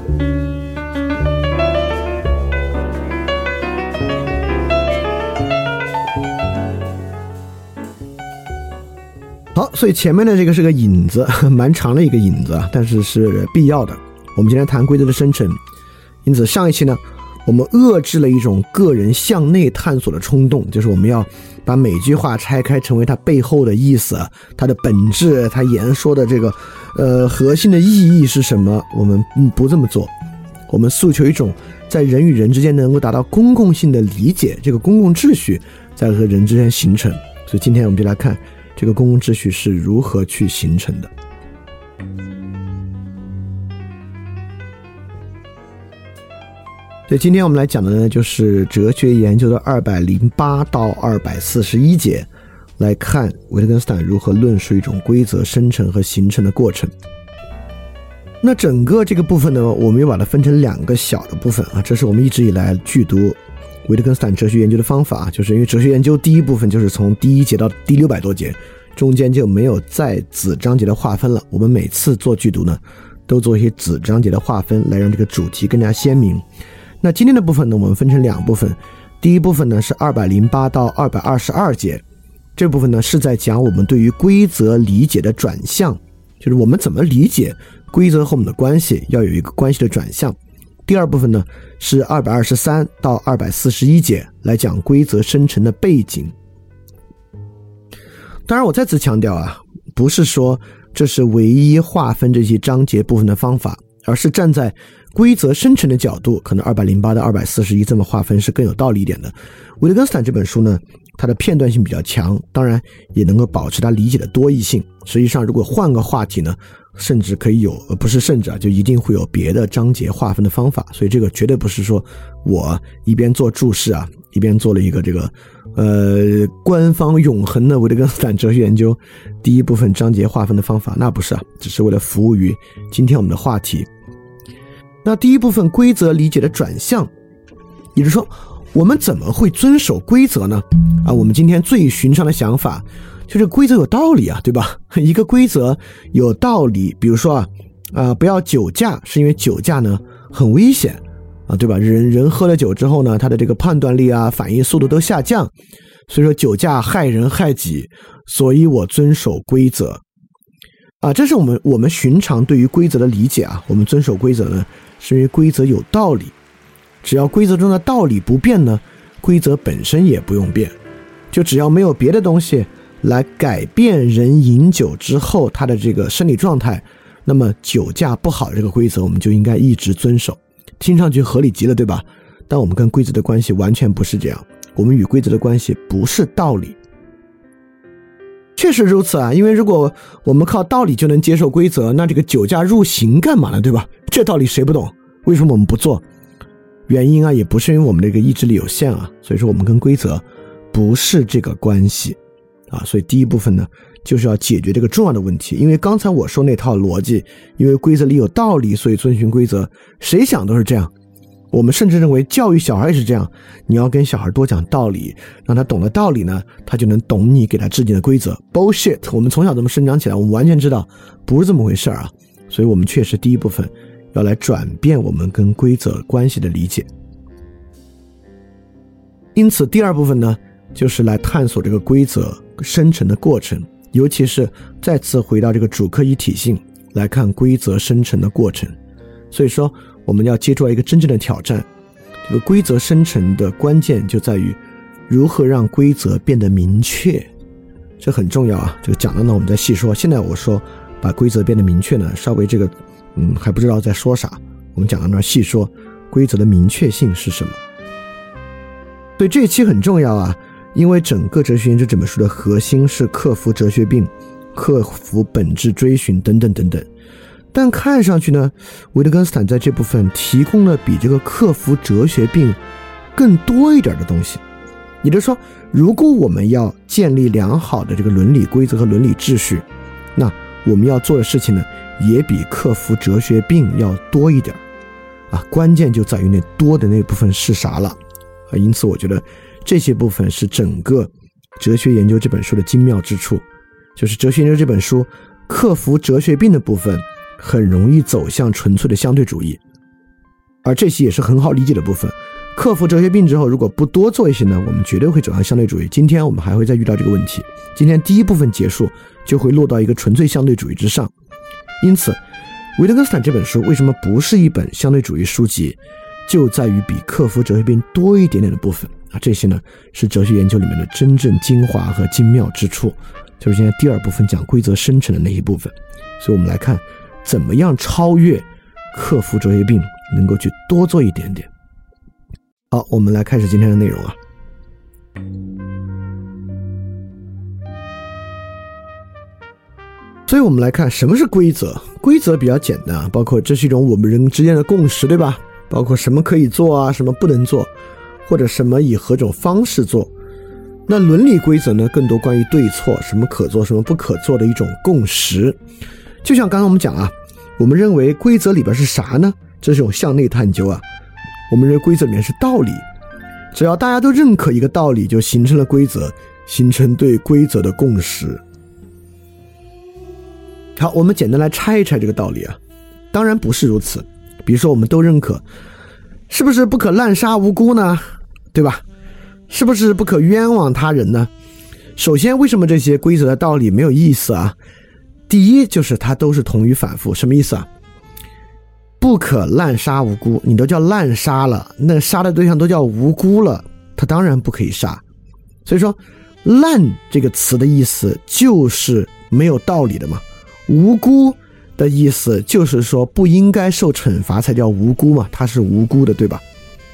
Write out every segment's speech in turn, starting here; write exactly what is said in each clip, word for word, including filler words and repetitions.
好，所以前面的这个是个引子，蛮长的一个引子，但是是必要的。我们今天谈规则的生成，因此上一期呢，我们遏制了一种个人向内探索的冲动，就是我们要把每句话拆开，成为它背后的意思，它的本质，它言说的这个呃核心的意义是什么。我们不这么做，我们诉求一种在人与人之间能够达到公共性的理解，这个公共秩序在和人之间形成。所以今天我们就来看这个公共秩序是如何去形成的。所以今天我们来讲的呢，就是哲学研究的二百零八到二百四十一节，来看维特根斯坦如何论述一种规则生成和形成的过程。那整个这个部分呢，我们又把它分成两个小的部分啊，这是我们一直以来去读维特根斯坦哲学研究的方法，就是因为哲学研究第一部分就是从第一节到第六百多节，中间就没有再子章节的划分了。我们每次做剧读呢，都做一些子章节的划分，来让这个主题更加鲜明。那今天的部分呢，我们分成两部分。第一部分呢是二百零八到二百二十二节，这部分呢是在讲我们对于规则理解的转向，就是我们怎么理解规则和我们的关系，要有一个关系的转向。第二部分呢是二百二十三到二百四十一节，来讲规则生成的背景。当然我再次强调啊，不是说这是唯一划分这些章节部分的方法，而是站在规则生成的角度，可能二百零八到二百四十一这么划分是更有道理一点的。维特根斯坦这本书呢，它的片段性比较强，当然也能够保持它理解的多义性。实际上如果换个话题呢，甚至可以有，不是甚至啊，就一定会有别的章节划分的方法。所以这个绝对不是说我一边做注释啊，一边做了一个这个呃官方永恒的维特根斯坦哲学研究第一部分章节划分的方法，那不是啊，只是为了服务于今天我们的话题。那第一部分规则理解的转向，也就是说我们怎么会遵守规则呢？啊，我们今天最寻常的想法就是规则有道理啊，对吧？一个规则有道理，比如说啊，呃，不要酒驾，是因为酒驾呢很危险啊，对吧？人人喝了酒之后呢，他的这个判断力啊、反应速度都下降，所以说酒驾害人害己，所以我遵守规则啊，这是我们我们寻常对于规则的理解啊。我们遵守规则呢，是因为规则有道理，只要规则中的道理不变呢，规则本身也不用变，就只要没有别的东西来改变人饮酒之后他的这个生理状态，那么酒驾不好这个规则我们就应该一直遵守。听上去合理极了，对吧？但我们跟规则的关系完全不是这样，我们与规则的关系不是道理。确实如此啊，因为如果我们靠道理就能接受规则，那这个酒驾入刑干嘛呢，对吧？这道理谁不懂？为什么我们不做？原因啊，也不是因为我们这个意志力有限啊，所以说我们跟规则不是这个关系啊。所以第一部分呢，就是要解决这个重要的问题。因为刚才我说那套逻辑，因为规则里有道理，所以遵循规则，谁想都是这样。我们甚至认为教育小孩也是这样，你要跟小孩多讲道理，让他懂了道理呢，他就能懂你给他制定的规则。 bullshit， 我们从小这么生长起来，我们完全知道不是这么回事啊。所以我们确实第一部分要来转变我们跟规则关系的理解。因此第二部分呢，就是来探索这个规则生成的过程，尤其是再次回到这个主客一体性来看规则生成的过程。所以说我们要接触到一个真正的挑战，这个规则生成的关键就在于如何让规则变得明确，这很重要啊。这个讲到呢我们再细说，现在我说把规则变得明确呢，稍微这个嗯还不知道在说啥，我们讲到那儿细说规则的明确性是什么。所以这一期很重要啊，因为整个哲学研究这本书的核心是克服哲学病，克服本质追寻等等等等。但看上去呢，维特根斯坦在这部分提供了比这个克服哲学病更多一点的东西。也就是说，如果我们要建立良好的这个伦理规则和伦理秩序，那我们要做的事情呢，也比克服哲学病要多一点啊。关键就在于那多的那部分是啥了啊。因此我觉得这些部分是整个哲学研究这本书的精妙之处，就是哲学研究这本书克服哲学病的部分很容易走向纯粹的相对主义， 而这些也是很好理解的部分。克服哲学病之后，如果不多做一些呢，我们绝对会走向相对主义。今天我们还会再遇到这个问题。今天第一部分结束，就会落到一个纯粹相对主义之上。因此维特根斯坦这本书为什么不是一本相对主义书籍，就在于比克服哲学病多一点点的部分啊，这些呢是哲学研究里面的真正精华和精妙之处，就是现在第二部分讲规则生成的那一部分。所以我们来看怎么样超越克服哲学病，能够去多做一点点。好，我们来开始今天的内容啊。所以我们来看什么是规则。规则比较简单啊，包括这是一种我们人之间的共识，对吧？包括什么可以做啊，什么不能做，或者什么以何种方式做。那伦理规则呢，更多关于对错，什么可做什么不可做的一种共识。就像刚刚我们讲啊，我们认为规则里边是啥呢？这是一种向内探究啊。我们认为规则里面是道理，只要大家都认可一个道理，就形成了规则，形成对规则的共识。好，我们简单来拆一拆这个道理啊。当然不是如此。比如说我们都认可，是不是不可滥杀无辜呢？对吧？是不是不可冤枉他人呢？首先，为什么这些规则的道理没有意思啊？第一，就是它都是同语反复。什么意思啊？不可滥杀无辜，你都叫滥杀了，那杀的对象都叫无辜了，他当然不可以杀。所以说滥这个词的意思就是没有道理的嘛，无辜的意思就是说不应该受惩罚才叫无辜嘛，他是无辜的，对吧？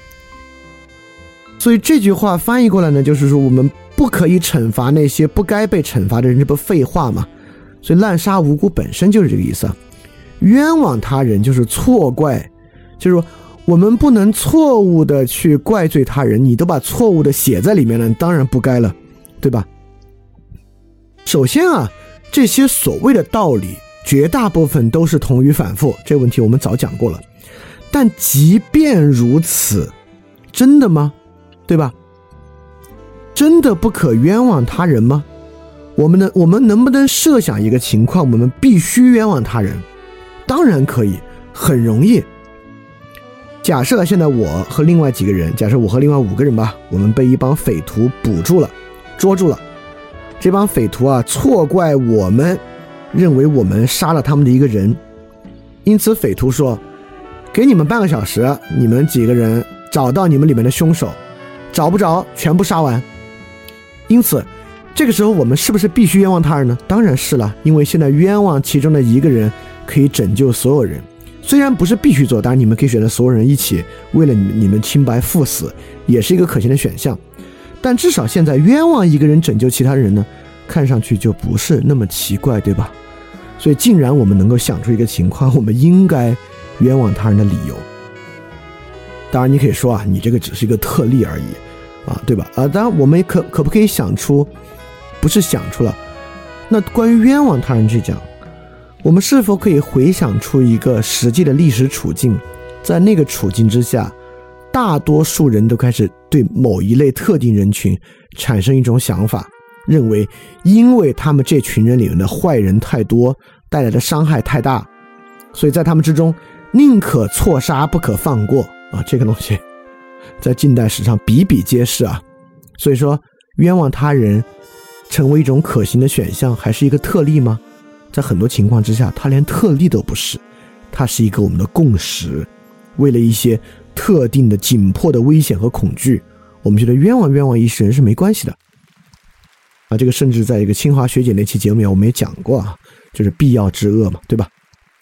所以这句话翻译过来呢，就是说我们不可以惩罚那些不该被惩罚的人，这不废话嘛？所以滥杀无辜本身就是这个意思啊。冤枉他人就是错怪，就是说我们不能错误的去怪罪他人，你都把错误的写在里面了，当然不该了，对吧？首先啊，这些所谓的道理绝大部分都是同语反复，这个问题我们早讲过了。但即便如此，真的吗？对吧？真的不可冤枉他人吗？我们能我们能不能设想一个情况，我们必须冤枉他人？当然可以，很容易。假设现在我和另外几个人，假设我和另外五个人吧，我们被一帮匪徒捕住了，捉住了。这帮匪徒啊，错怪我们，认为我们杀了他们的一个人。因此匪徒说，给你们半个小时，你们几个人找到你们里面的凶手，找不着全部杀完。因此这个时候我们是不是必须冤枉他人呢？当然是了，因为现在冤枉其中的一个人可以拯救所有人。虽然不是必须做，当然你们可以选择所有人一起为了你们清白赴死，也是一个可行的选项。但至少现在冤枉一个人拯救其他人呢，看上去就不是那么奇怪，对吧？所以竟然我们能够想出一个情况，我们应该冤枉他人的理由。当然你可以说啊，你这个只是一个特例而已啊，对吧？啊，当然我们可可不可以想出，不是想出了，那关于冤枉他人去讲，我们是否可以回想出一个实际的历史处境，在那个处境之下，大多数人都开始对某一类特定人群产生一种想法，认为因为他们这群人里面的坏人太多，带来的伤害太大，所以在他们之中宁可错杀不可放过啊，这个东西在近代史上比比皆是啊。所以说冤枉他人成为一种可行的选项，还是一个特例吗？在很多情况之下，它连特例都不是，它是一个我们的共识。为了一些特定的紧迫的危险和恐惧，我们觉得冤枉冤枉一世人是没关系的啊。这个甚至在一个清华学姐那期节目里我们也讲过啊，就是必要之恶嘛，对吧？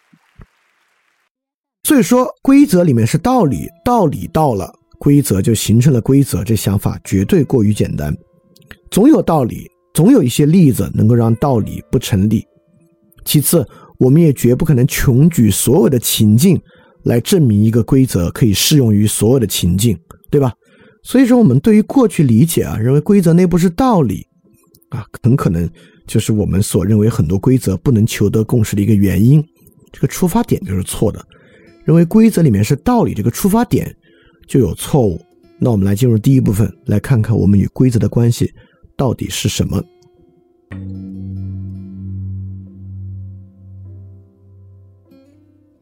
所以说规则里面是道理，道理到了，规则就形成了规则，这想法绝对过于简单。总有道理，总有一些例子能够让道理不成立。其次，我们也绝不可能穷举所有的情境来证明一个规则可以适用于所有的情境，对吧？所以说我们对于过去理解啊，认为规则内部是道理啊，很可能就是我们所认为很多规则不能求得共识的一个原因。这个出发点就是错的，认为规则里面是道理，这个出发点就有错误。那我们来进入第一部分，来看看我们与规则的关系到底是什么。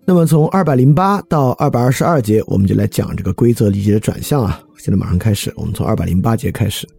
那么从二百零八到二百二十二节，我们就来讲这个规则理解的转向啊。现在马上开始，我们从二百零八节开始。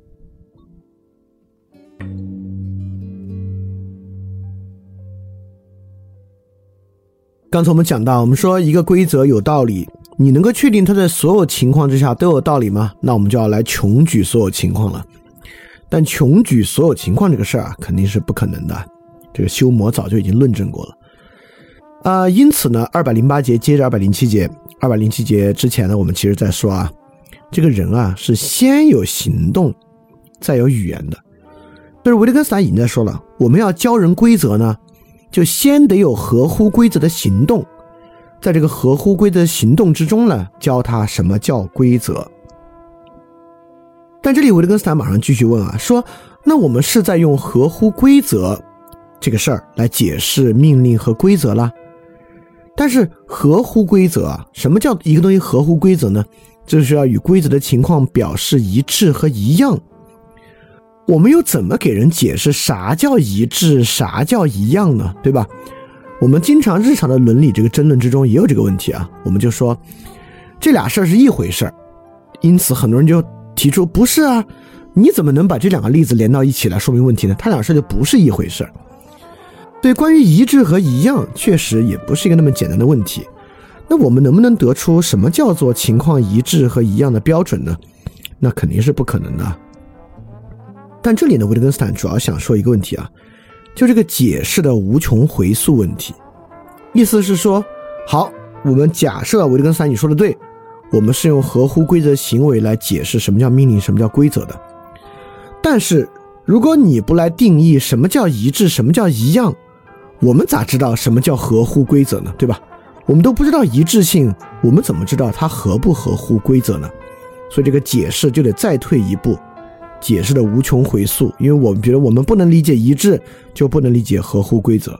刚才我们讲到，我们说一个规则有道理，你能够确定它在所有情况之下都有道理吗？那我们就要来穷举所有情况了。但穷举所有情况这个事儿啊，肯定是不可能的。这个修谟早就已经论证过了。啊、呃，因此呢，二百零八节接着二百零七节，二百零七节之前呢，我们其实在说啊，这个人啊是先有行动，再有语言的。就是维特根斯坦已经在说了，我们要教人规则呢，就先得有合乎规则的行动，在这个合乎规则的行动之中呢，教他什么叫规则。但这里维特根斯坦马上继续问啊，说那我们是在用合乎规则这个事儿来解释命令和规则啦。但是合乎规则啊，什么叫一个东西合乎规则呢？就是要与规则的情况表示一致和一样。我们又怎么给人解释啥叫一致，啥叫一样呢？对吧？我们经常日常的伦理这个争论之中也有这个问题啊。我们就说这俩事儿是一回事儿，因此很多人就提出不是啊，你怎么能把这两个例子连到一起来说明问题呢？它俩事就不是一回事儿。对，关于一致和一样，确实也不是一个那么简单的问题。那我们能不能得出什么叫做情况一致和一样的标准呢？那肯定是不可能的。但这里呢，维特根斯坦主要想说一个问题啊，就这个解释的无穷回溯问题。意思是说，好，我们假设维特根斯坦你说的对，我们是用合乎规则行为来解释什么叫命令，什么叫规则的。但是如果你不来定义什么叫一致，什么叫一样，我们咋知道什么叫合乎规则呢？对吧？我们都不知道一致性，我们怎么知道它合不合乎规则呢？所以这个解释就得再退一步，解释的无穷回溯，因为我们觉得我们不能理解一致，就不能理解合乎规则。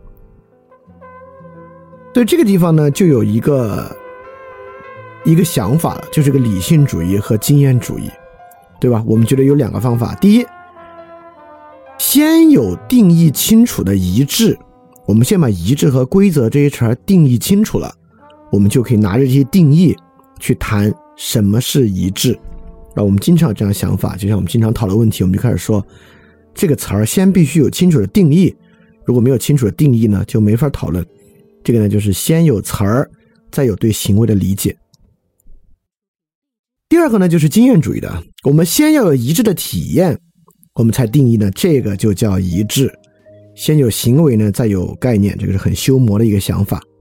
所以这个地方呢，就有一个一个想法了，就是个理性主义和经验主义，对吧？我们觉得有两个方法。第一，先有定义清楚的一致，我们先把一致和规则这一词定义清楚了，我们就可以拿着这些定义去谈什么是一致。我们经常有这样想法，就像我们经常讨论问题，我们就开始说这个词儿先必须有清楚的定义，如果没有清楚的定义呢，就没法讨论。这个呢，就是先有词儿，再有对行为的理解。第二个呢，就是经验主义的，我们先要有一致的体验，我们才定义呢，这个就叫一致。先有行为呢，再有概念，这个是很修谟的一个想法。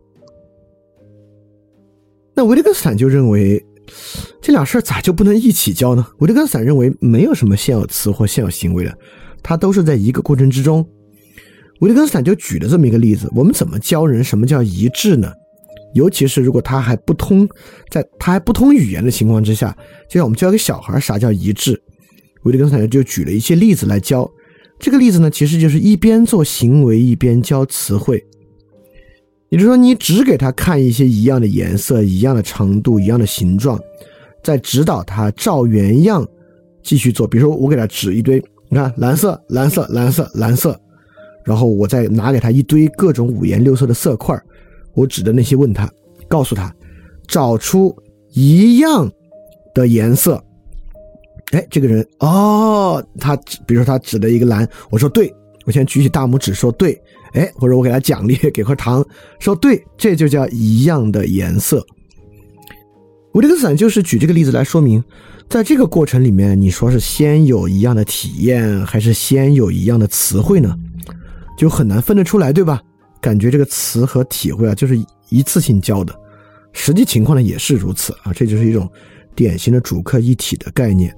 那维特根斯坦就认为这俩事儿咋就不能一起教呢？维特根斯坦认为没有什么现有词或现有行为的，它都是在一个过程之中。维特根斯坦就举了这么一个例子，我们怎么教人什么叫一致呢？尤其是如果他还不通，在他还不通语言的情况之下，就像我们教给小孩啥叫一致，维特根斯坦就举了一些例子来教。这个例子呢，其实就是一边做行为一边教词汇。也就是说，你只给他看一些一样的颜色、一样的长度、一样的形状，再指导他照原样继续做。比如说我给他指一堆，你看蓝色蓝色蓝色蓝色，然后我再拿给他一堆各种五颜六色的色块，我指的那些问他，告诉他找出一样的颜色。哎，这个人哦，他比如说他指的一个蓝，我说对，我先举起大拇指说对，哎，或者我给他奖励，给块糖，说对，这就叫一样的颜色。维特根斯坦就是举这个例子来说明，在这个过程里面，你说是先有一样的体验，还是先有一样的词汇呢？就很难分得出来，对吧？感觉这个词和体会啊，就是一次性教的，实际情况呢也是如此啊，这就是一种典型的主客一体的概念。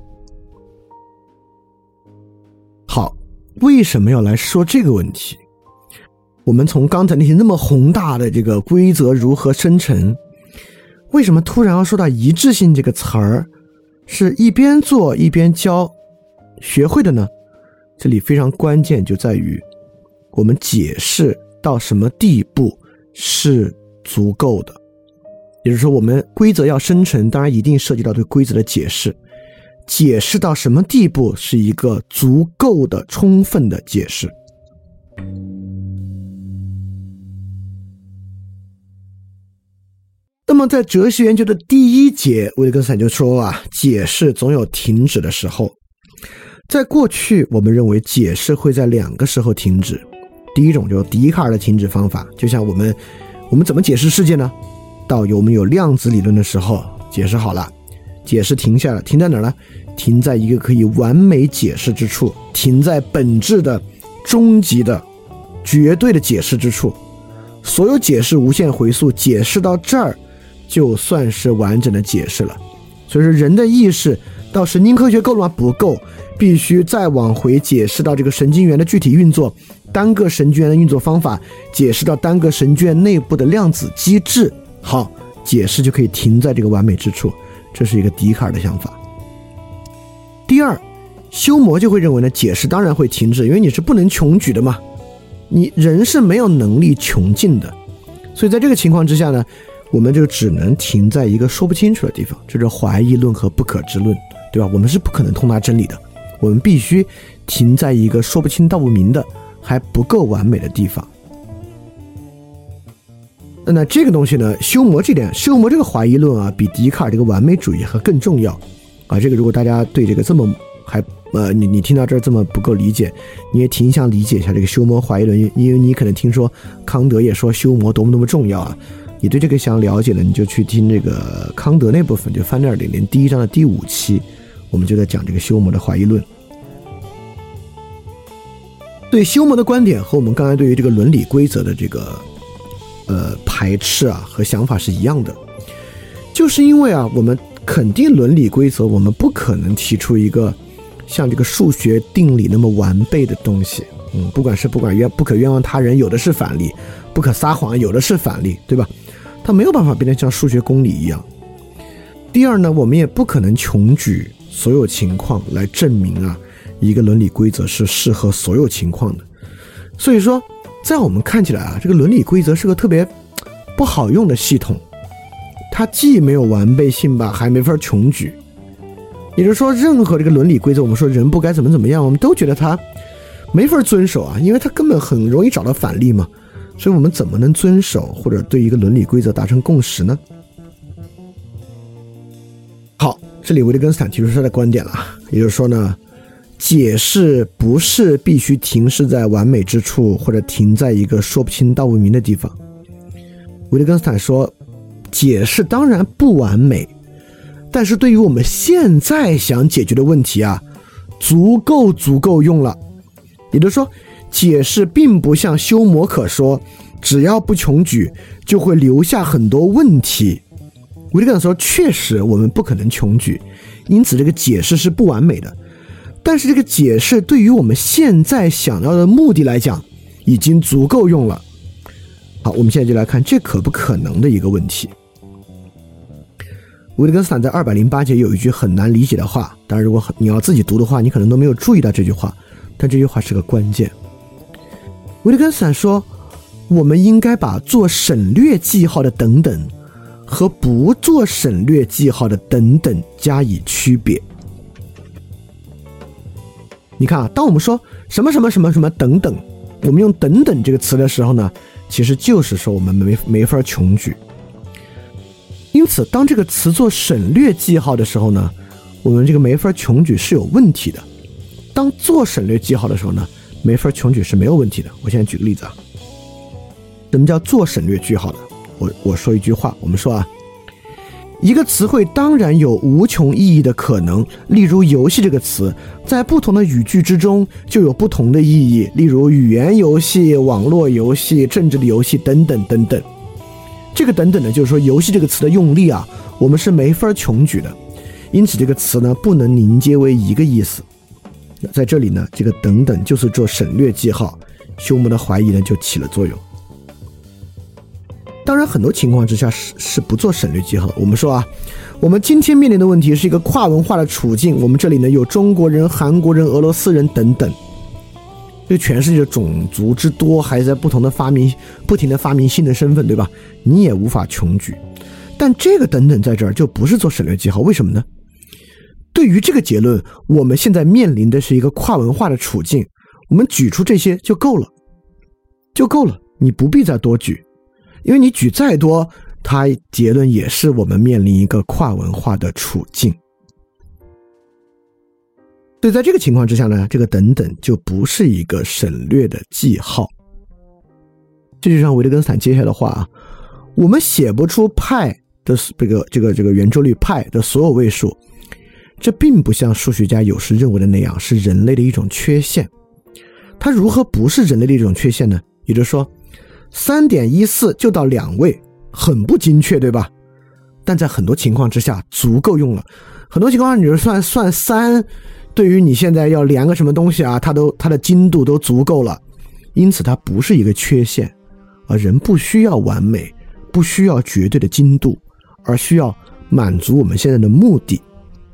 好，为什么要来说这个问题？我们从刚才那些那么宏大的这个规则如何生成，为什么突然要说到一致性这个词儿，是一边做一边教学会的呢？这里非常关键就在于我们解释到什么地步是足够的。也就是说，我们规则要生成，当然一定涉及到对规则的解释，解释到什么地步是一个足够的充分的解释。 么在哲学研究的第一节，维特根斯坦就说啊，解释总有停止的时候。在过去我们认为解释会在两个时候停止，第一种就是笛卡尔的停止方法，就像我们我们怎么解释世界呢？到有我们有量子理论的时候，解释好了，解释停下了，停在哪儿呢？停在一个可以完美解释之处，停在本质的终极的绝对的解释之处。所有解释无限回溯，解释到这儿就算是完整的解释了。所以说人的意识到神经科学够了吗？不够，必须再往回解释到这个神经元的具体运作，单个神经元的运作方法，解释到单个神经元内部的量子机制，好，解释就可以停在这个完美之处。这是一个笛卡尔的想法。第二，休谟就会认为呢，解释当然会停止，因为你是不能穷举的嘛，你人是没有能力穷尽的，所以在这个情况之下呢，我们就只能停在一个说不清楚的地方，这是怀疑论和不可知论，对吧？我们是不可能通达真理的，我们必须停在一个说不清道不明的还不够完美的地方。那这个东西呢，休谟这点，休谟这个怀疑论啊，比笛卡尔这个完美主义还更重要啊。这个如果大家对这个这么还呃，你你听到这儿这么不够理解，你也挺想理解一下这个休谟怀疑论，因为你可能听说康德也说休谟多么多么重要啊。你对这个想了解呢，你就去听这个康德那部分，就翻二点零第一章的第五期，我们就在讲这个休谟的怀疑论。对休谟的观点和我们刚才对于这个伦理规则的这个呃排斥啊和想法是一样的，就是因为啊我们肯定伦理规则，我们不可能提出一个像这个数学定理那么完备的东西，嗯，不管是不管冤不可冤枉他人，有的是反例；不可撒谎，有的是反例，对吧？它没有办法变成像数学公理一样。第二呢，我们也不可能穷举所有情况来证明啊一个伦理规则是适合所有情况的。所以说，在我们看起来啊，这个伦理规则是个特别不好用的系统，它既没有完备性吧，还没法穷举。也就是说，任何这个伦理规则，我们说人不该怎么怎么样，我们都觉得它没法遵守啊，因为它根本很容易找到反例嘛。所以我们怎么能遵守或者对一个伦理规则达成共识呢？好，这里维特根斯坦提出他的观点了，也就是说呢，解释不是必须停滞在完美之处，或者停在一个说不清道不明的地方。维特根斯坦说，解释当然不完美，但是对于我们现在想解决的问题啊，足够足够用了。也就是说，解释并不像休谟可说，只要不穷举就会留下很多问题。维特根斯坦说，确实我们不可能穷举，因此这个解释是不完美的，但是这个解释对于我们现在想要的目的来讲已经足够用了。好，我们现在就来看这可不可能的一个问题。维特根斯坦在二百零八节有一句很难理解的话，当然如果你要自己读的话，你可能都没有注意到这句话，但这句话是个关键。维特根斯坦说，我们应该把做省略记号的等等和不做省略记号的等等加以区别。你看啊，当我们说什么什么什么什么等等，我们用等等这个词的时候呢，其实就是说我们没没法穷举。因此当这个词做省略记号的时候呢，我们这个没法穷举是有问题的。当做省略记号的时候呢，没法穷举是没有问题的。我现在举个例子啊，什么叫做省略句号的？我我说一句话，我们说啊，一个词汇当然有无穷意义的可能，例如游戏这个词，在不同的语句之中就有不同的意义，例如语言游戏、网络游戏、政治的游戏等等等等。这个等等呢，就是说游戏这个词的用力啊，我们是没法穷举的，因此这个词呢不能凝结为一个意思。在这里呢，这个等等就是做省略记号，休谟的怀疑呢就起了作用。当然很多情况之下是是不做省略记号的。我们说啊，我们今天面临的问题是一个跨文化的处境，我们这里呢有中国人、韩国人、俄罗斯人等等，这全世界的种族之多，还在不同的发明不停的发明新的身份，对吧？你也无法穷举。但这个等等在这儿就不是做省略记号，为什么呢？对于这个结论，我们现在面临的是一个跨文化的处境，我们举出这些就够了，就够了，你不必再多举，因为你举再多， 他结论也是我们面临一个跨文化的处境。所以在这个情况之下呢，这个等等就不是一个省略的记号。这就像维特根斯坦接下来的话啊，我们写不出派的这个这个这个圆周率派的所有位数，这并不像数学家有时认为的那样是人类的一种缺陷。它如何不是人类的一种缺陷呢？也就是说 三点一四 就到两位，很不精确，对吧？但在很多情况之下足够用了。很多情况下你就算算三，对于你现在要量个什么东西啊，它都它的精度都足够了。因此它不是一个缺陷，而人不需要完美，不需要绝对的精度，而需要满足我们现在的目的。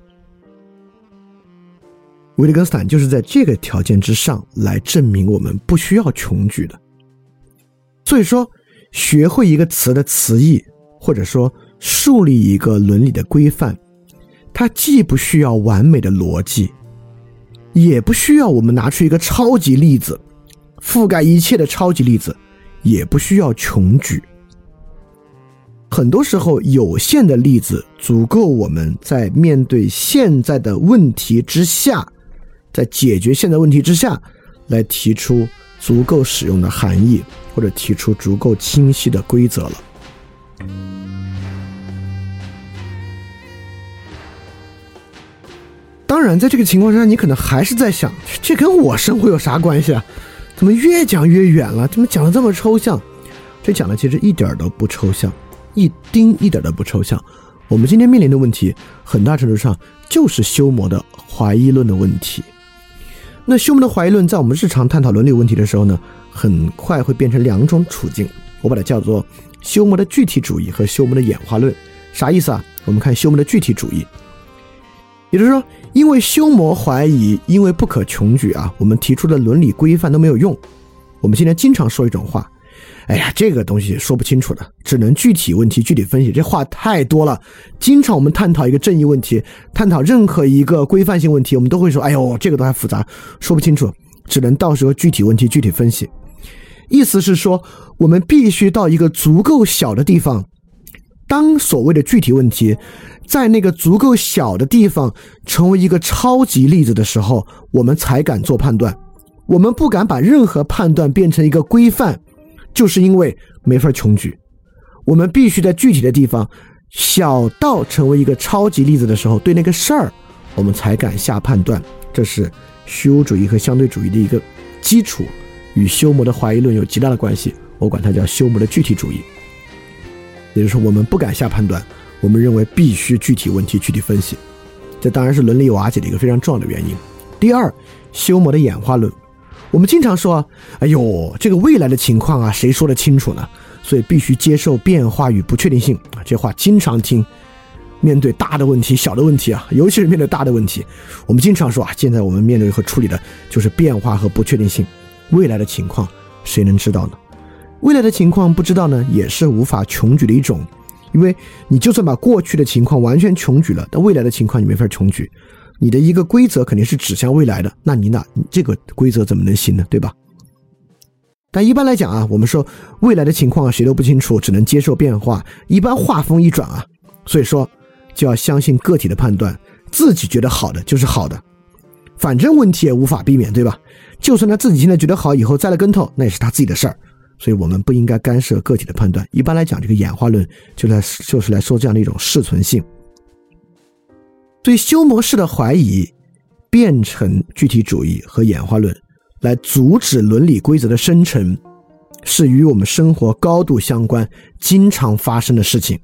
维特根斯坦就是在这个条件之上来证明我们不需要穷举的。所以说学会一个词的词义，或者说树立一个伦理的规范，它既不需要完美的逻辑，也不需要我们拿出一个超级例子，覆盖一切的超级例子，也不需要穷举。很多时候有限的例子足够我们在面对现在的问题之下，在解决现在问题之下来提出足够使用的含义，或者提出足够清晰的规则了。当然在这个情况下你可能还是在想，这跟我生活有啥关系啊？怎么越讲越远了？怎么讲得这么抽象？这讲的其实一点都不抽象，一丁一点都不抽象。我们今天面临的问题很大程度上就是休谟的怀疑论的问题。那休谟的怀疑论在我们日常探讨伦理问题的时候呢，很快会变成两种处境，我把它叫做休谟的具体主义和休谟的演化论。啥意思啊？我们看休谟的具体主义，也就是说因为休谟怀疑，因为不可穷举啊，我们提出的伦理规范都没有用。我们现在经常说一种话，哎呀，这个东西说不清楚的，只能具体问题具体分析，这话太多了。经常我们探讨一个正义问题，探讨任何一个规范性问题，我们都会说，哎呦，这个都还复杂，说不清楚，只能到时候具体问题具体分析。意思是说我们必须到一个足够小的地方，当所谓的具体问题在那个足够小的地方成为一个超级例子的时候，我们才敢做判断。我们不敢把任何判断变成一个规范，就是因为没法穷举。我们必须在具体的地方小到成为一个超级例子的时候，对那个事儿我们才敢下判断。这是虚无主义和相对主义的一个基础，与休谟的怀疑论有极大的关系，我管它叫休谟的具体主义。也就是说我们不敢下判断，我们认为必须具体问题具体分析，这当然是伦理瓦解的一个非常重要的原因。第二，休谟的演化论。我们经常说，哎呦，这个未来的情况啊，谁说得清楚呢？所以必须接受变化与不确定性，这话经常听。面对大的问题小的问题啊，尤其是面对大的问题，我们经常说啊，现在我们面对和处理的就是变化和不确定性，未来的情况谁能知道呢？未来的情况不知道呢，也是无法穷举的一种。因为你就算把过去的情况完全穷举了，但未来的情况你没法穷举。你的一个规则肯定是指向未来的，那你哪这个规则怎么能行呢？对吧？但一般来讲啊，我们说未来的情况谁都不清楚，只能接受变化，一般话锋一转啊，所以说就要相信个体的判断，自己觉得好的就是好的，反正问题也无法避免，对吧？就算他自己现在觉得好，以后栽了跟头，那也是他自己的事儿，所以我们不应该干涉个体的判断。一般来讲，这个演化论就来就是来说这样的一种适存性。对休谟式的怀疑变成具体主义和演化论，来阻止伦理规则的生成，是与我们生活高度相关，经常发生的事情。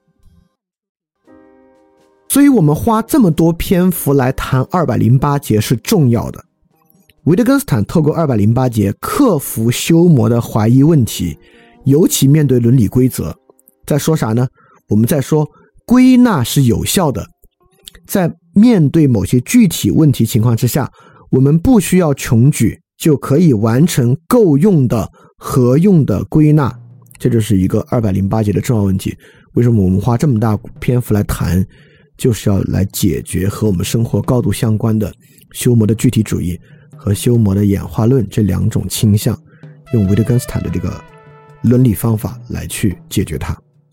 所以我们花这么多篇幅来谈二百零八节是重要的。维特根斯坦透过二百零八节克服休谟的怀疑问题，尤其面对伦理规则。在说啥呢？我们在说归纳是有效的，在面对某些具体问题情况之下，我们不需要穷举就可以完成够用的合用的归纳。这就是一个二百零八节的重要问题。为什么我们花这么大篇幅来谈，就是要来解决和我们生活高度相关的休谟的具体主义和休谟的演化论这两种倾向，用维特根斯坦的这个伦理方法来去解决它。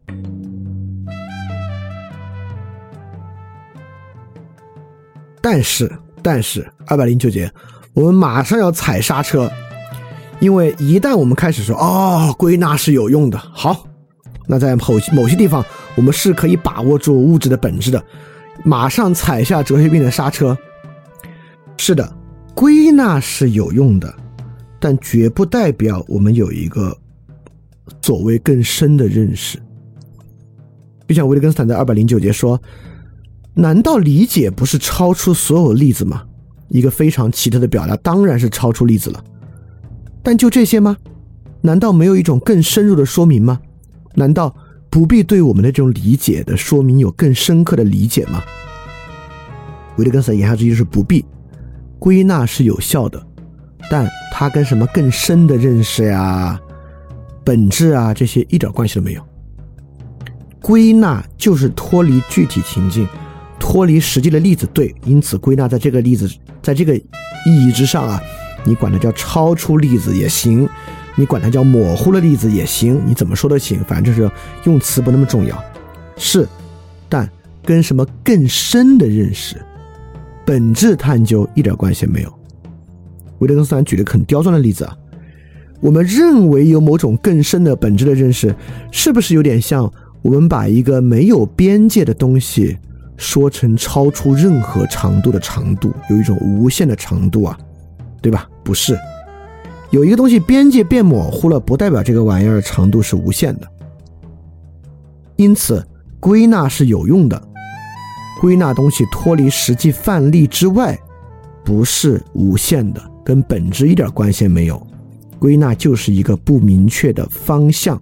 但是但是二百零九节我们马上要踩刹车，因为一旦我们开始说哦，归纳是有用的，好，那在某某些地方我们是可以把握住物质的本质的，马上踩下哲学病的刹车。是的，归纳是有用的，但绝不代表我们有一个所谓更深的认识。就像维特根斯坦在二百零九节说，难道理解不是超出所有例子吗？一个非常奇特的表达，当然是超出例子了。但就这些吗？难道没有一种更深入的说明吗？难道不必对我们的这种理解的说明有更深刻的理解吗？维特根斯坦言下之意就是不必。归纳是有效的，但它跟什么更深的认识呀、本质啊这些一点关系都没有。归纳就是脱离具体情境，脱离实际的例子，对，因此归纳在这个例子，在这个意义之上啊，你管它叫超出例子也行，你管它叫模糊的例子也行，你怎么说都行，反正就是用词不那么重要。是，但跟什么更深的认识、本质探究一点关系没有。维特根斯坦举了个很刁钻的例子啊，我们认为有某种更深的本质的认识，是不是有点像我们把一个没有边界的东西说成超出任何长度的长度，有一种无限的长度啊，对吧？不是，有一个东西边界变模糊了，不代表这个玩意儿长度是无限的。因此归纳是有用的，归纳东西脱离实际范例之外，不是无限的，跟本质一点关系没有。归纳就是一个不明确的方向，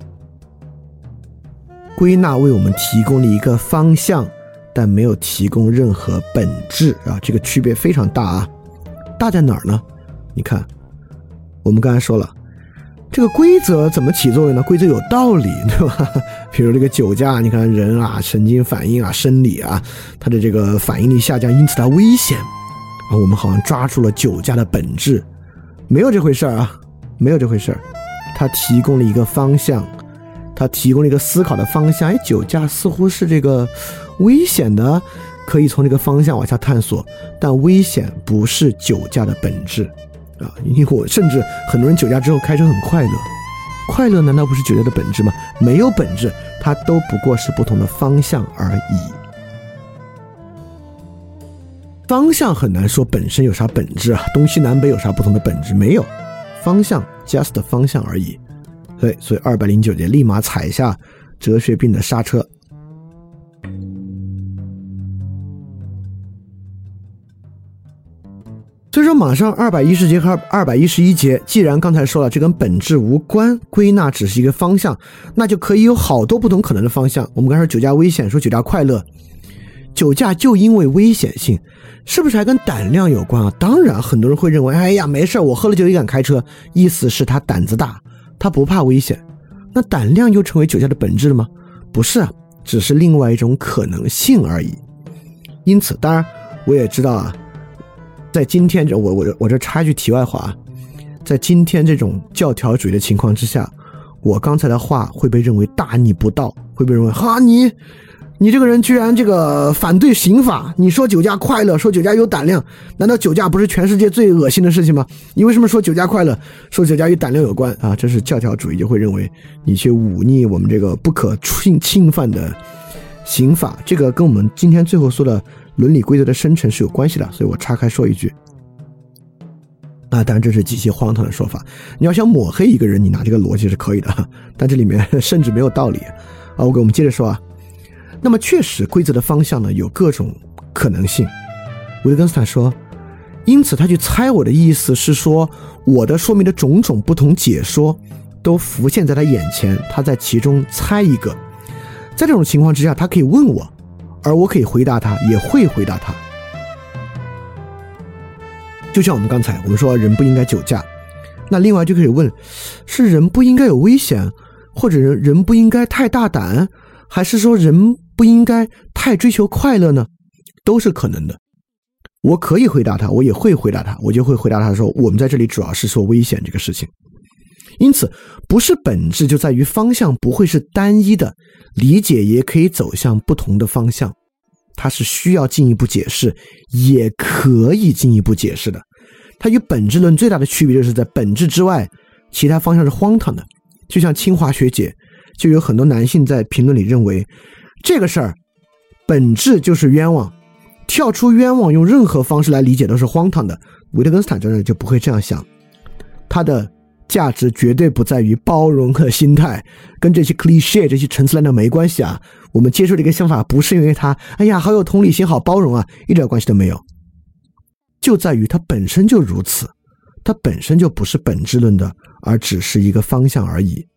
归纳为我们提供了一个方向，但没有提供任何本质啊，这个区别非常大啊。大在哪儿呢？你看，我们刚才说了，这个规则怎么起作用呢？规则有道理，对吧？比如这个酒驾，你看人啊，神经反应啊，生理啊，它的这个反应力下降，因此它危险啊。我们好像抓住了酒驾的本质，没有这回事啊，没有这回事。它提供了一个方向，它提供了一个思考的方向。哎，酒驾似乎是这个危险的，可以从这个方向往下探索，但危险不是酒驾的本质啊！因为我甚至很多人酒驾之后开车很快乐，快乐难道不是酒驾的本质吗？没有本质，它都不过是不同的方向而已。方向很难说本身有啥本质啊，东西南北有啥不同的本质？没有，方向 just 方向而已。所以，所以二百零九节立马踩下哲学病的刹车。所以说马上二百一十节和二百一十一节，既然刚才说了这跟本质无关，归纳只是一个方向，那就可以有好多不同可能的方向。我们刚才说酒驾危险，说酒驾快乐，酒驾就因为危险性，是不是还跟胆量有关啊？当然，很多人会认为，哎呀，没事，我喝了酒也敢开车，意思是他胆子大，他不怕危险。那胆量又成为酒驾的本质了吗？不是啊，只是另外一种可能性而已。因此，当然我也知道啊，在今天我我我这插一句题外话，在今天这种教条主义的情况之下，我刚才的话会被认为大逆不道，会被认为哈你你这个人居然这个反对刑法，你说酒驾快乐，说酒驾有胆量，难道酒驾不是全世界最恶心的事情吗？你为什么说酒驾快乐，说酒驾与胆量有关啊？这是教条主义就会认为你去忤逆我们这个不可侵侵犯的刑法，这个跟我们今天最后说的伦理规则的生成是有关系的，所以我岔开说一句。啊，当然这是极其荒唐的说法，你要想抹黑一个人，你拿这个逻辑是可以的，但这里面甚至没有道理啊。我给我们接着说啊，那么确实规则的方向呢有各种可能性。维特根斯坦说，因此他去猜我的意思是说，我的说明的种种不同解说都浮现在他眼前，他在其中猜一个。在这种情况之下，他可以问我，而我可以回答他，也会回答他。就像我们刚才我们说人不应该酒驾，那另外就可以问，是人不应该有危险，或者人人不应该太大胆，还是说人不应该太追求快乐呢？都是可能的。我可以回答他，我也会回答他，我就会回答他说，我们在这里主要是说危险这个事情。 因此不是本质就在于方向不会是单一的，理解也可以走向不同的方向，它是需要进一步解释也可以进一步解释的。它与本质论最大的区别就是在本质之外其他方向是荒唐的。就像清华学姐，就有很多男性在评论里认为这个事儿本质就是冤枉，跳出冤枉用任何方式来理解都是荒唐的。维特根斯坦真的就不会这样想，他的价值绝对不在于包容和心态，跟这些 cliché 这些陈词滥调没关系啊。我们接受这个想法不是因为他哎呀好有同理心好包容啊，一点关系都没有，就在于它本身就如此，它本身就不是本质论的，而只是一个方向而已。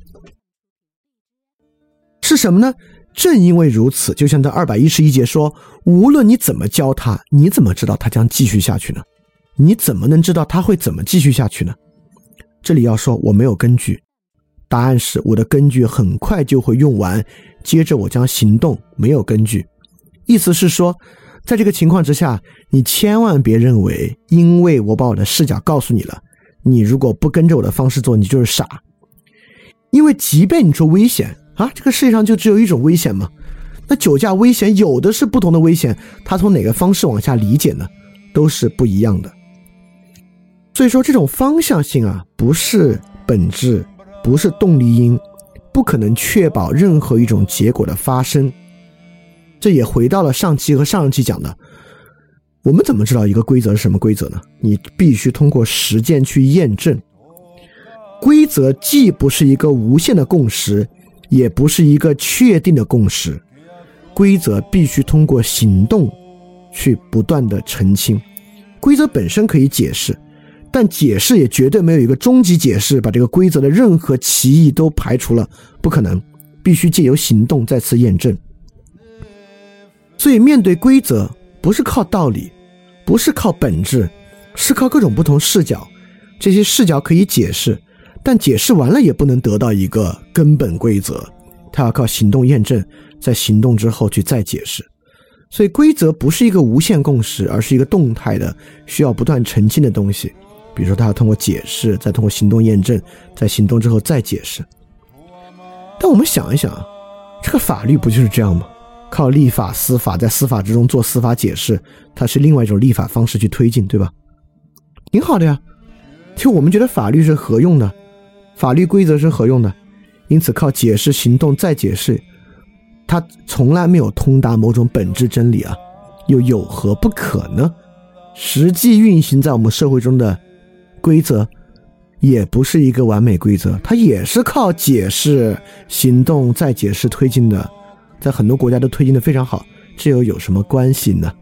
是什么呢？正因为如此，就像在二百一十一节说，无论你怎么教他，你怎么知道他将继续下去呢？你怎么能知道他会怎么继续下去呢？这里要说我没有根据，答案是我的根据很快就会用完，接着我将行动，没有根据。意思是说，在这个情况之下，你千万别认为因为我把我的视角告诉你了，你如果不跟着我的方式做，你就是傻。因为即便你说危险啊，这个世界上就只有一种危险吗？那酒驾危险有的是不同的危险，它从哪个方式往下理解呢？都是不一样的。所以说这种方向性啊，不是本质，不是动力因，不可能确保任何一种结果的发生。这也回到了上期和上上期讲的，我们怎么知道一个规则是什么规则呢？你必须通过实践去验证。规则既不是一个无限的共识，也不是一个确定的共识，规则必须通过行动去不断的澄清。规则本身可以解释，但解释也绝对没有一个终极解释把这个规则的任何歧义都排除了，不可能，必须借由行动再次验证。所以面对规则，不是靠道理，不是靠本质，是靠各种不同视角。这些视角可以解释，但解释完了也不能得到一个根本规则，它要靠行动验证，在行动之后去再解释。所以规则不是一个无限共识，而是一个动态的需要不断澄清的东西。比如说它要通过解释，再通过行动验证，在行动之后再解释。但我们想一想，这个法律不就是这样吗？靠立法司法，在司法之中做司法解释，它是另外一种立法方式去推进，对吧？挺好的呀。就我们觉得法律是合用的，法律规则是合用的，因此靠解释行动再解释，它从来没有通达某种本质真理啊，又有何不可呢？实际运行在我们社会中的规则也不是一个完美规则，它也是靠解释行动再解释推进的，在很多国家都推进的非常好，这又有什么关系呢？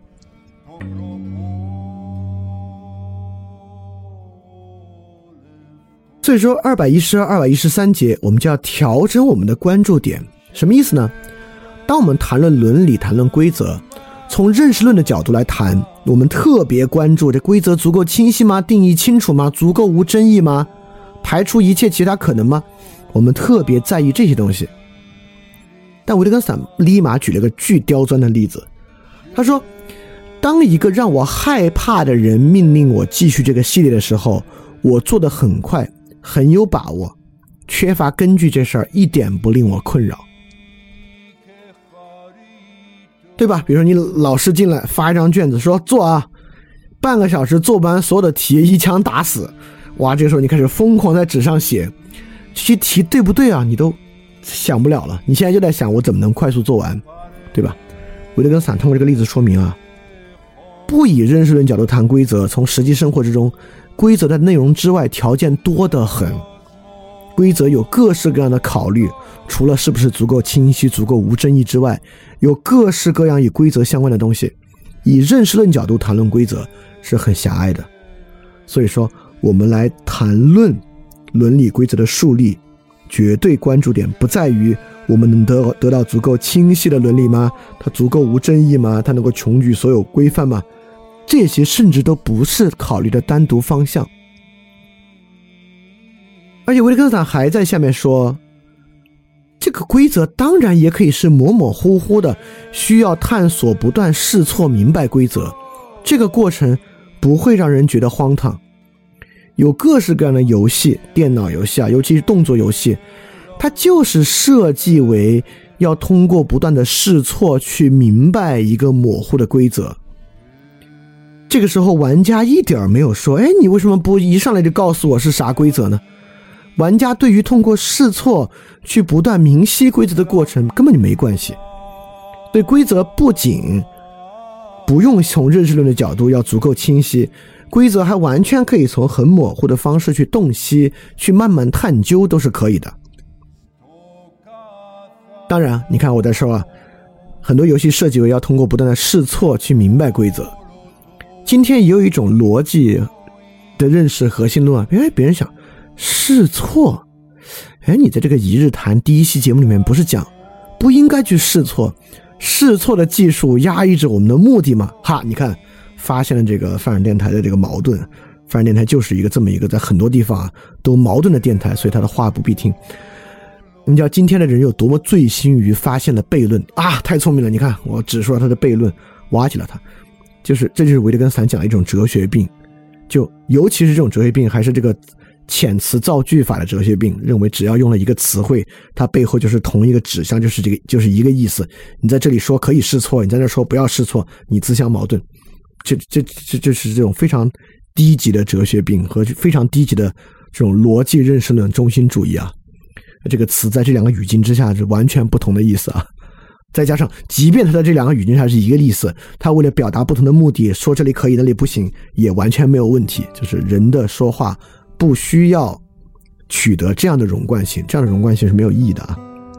所以说二百一十二、二百一十三节我们就要调整我们的关注点。什么意思呢？当我们谈论伦理，谈论规则，从认识论的角度来谈，我们特别关注这规则足够清晰吗？定义清楚吗？足够无争议吗？排除一切其他可能吗？我们特别在意这些东西。但维特根斯坦立马举了个巨刁钻的例子，他说当一个让我害怕的人命令我继续这个系列的时候，我做得很快，很有把握，缺乏根据，这事儿一点不令我困扰，对吧？比如说你老师进来发一张卷子说做啊，半个小时做完所有的题一枪打死，哇，这个时候你开始疯狂在纸上写，这些题对不对啊？你都想不了了，你现在就在想我怎么能快速做完，对吧？维特根斯坦通过这个例子说明啊，不以认识论角度谈规则，从实际生活之中，规则的内容之外条件多得很，规则有各式各样的考虑，除了是不是足够清晰足够无争议之外，有各式各样与规则相关的东西，以认识论角度谈论规则是很狭隘的。所以说我们来谈论伦理规则的树立，绝对关注点不在于我们能得得到足够清晰的伦理吗？它足够无争议吗？它能够穷举所有规范吗？这些甚至都不是考虑的单独方向。而且维特根斯坦还在下面说，这个规则当然也可以是模模糊糊的，需要探索不断试错明白规则，这个过程不会让人觉得荒唐。 有各式各样的游戏，电脑游戏啊，尤其是动作游戏，它就是设计为要通过不断的试错去明白一个模糊的规则。这个时候玩家一点没有说，哎，你为什么不一上来就告诉我是啥规则呢？玩家对于通过试错去不断明晰规则的过程根本就没关系。对，规则不仅不用从认识论的角度要足够清晰，规则还完全可以从很模糊的方式去洞悉，去慢慢探究，都是可以的。当然你看我在说啊，很多游戏设计为要通过不断的试错去明白规则。今天也有一种逻辑的认识核心论啊，哎，别人想试错，哎，你在这个一日谈第一期节目里面不是讲不应该去试错，试错的技术压抑着我们的目的吗？哈，你看发现了这个泛尔电台的这个矛盾。泛尔电台就是一个这么一个在很多地方啊都矛盾的电台，所以他的话不必听。你知道今天的人有多么醉心于发现了悖论啊，太聪明了，你看我只说他的悖论，挖起了他，就是这就是维特根斯坦讲的一种哲学病，就尤其是这种哲学病还是这个遣词造句法的哲学病，认为只要用了一个词汇，它背后就是同一个指向，就是这个就是一个意思。你在这里说可以试错，你在这说不要试错，你自相矛盾。这这这这是这种非常低级的哲学病和非常低级的这种逻辑认识论中心主义啊。这个词在这两个语境之下是完全不同的意思啊。再加上即便它在这两个语境下是一个意思，它为了表达不同的目的，说这里可以那里不行，也完全没有问题。就是人的说话不需要取得这样的融贯性，这样的融贯性是没有意义的啊。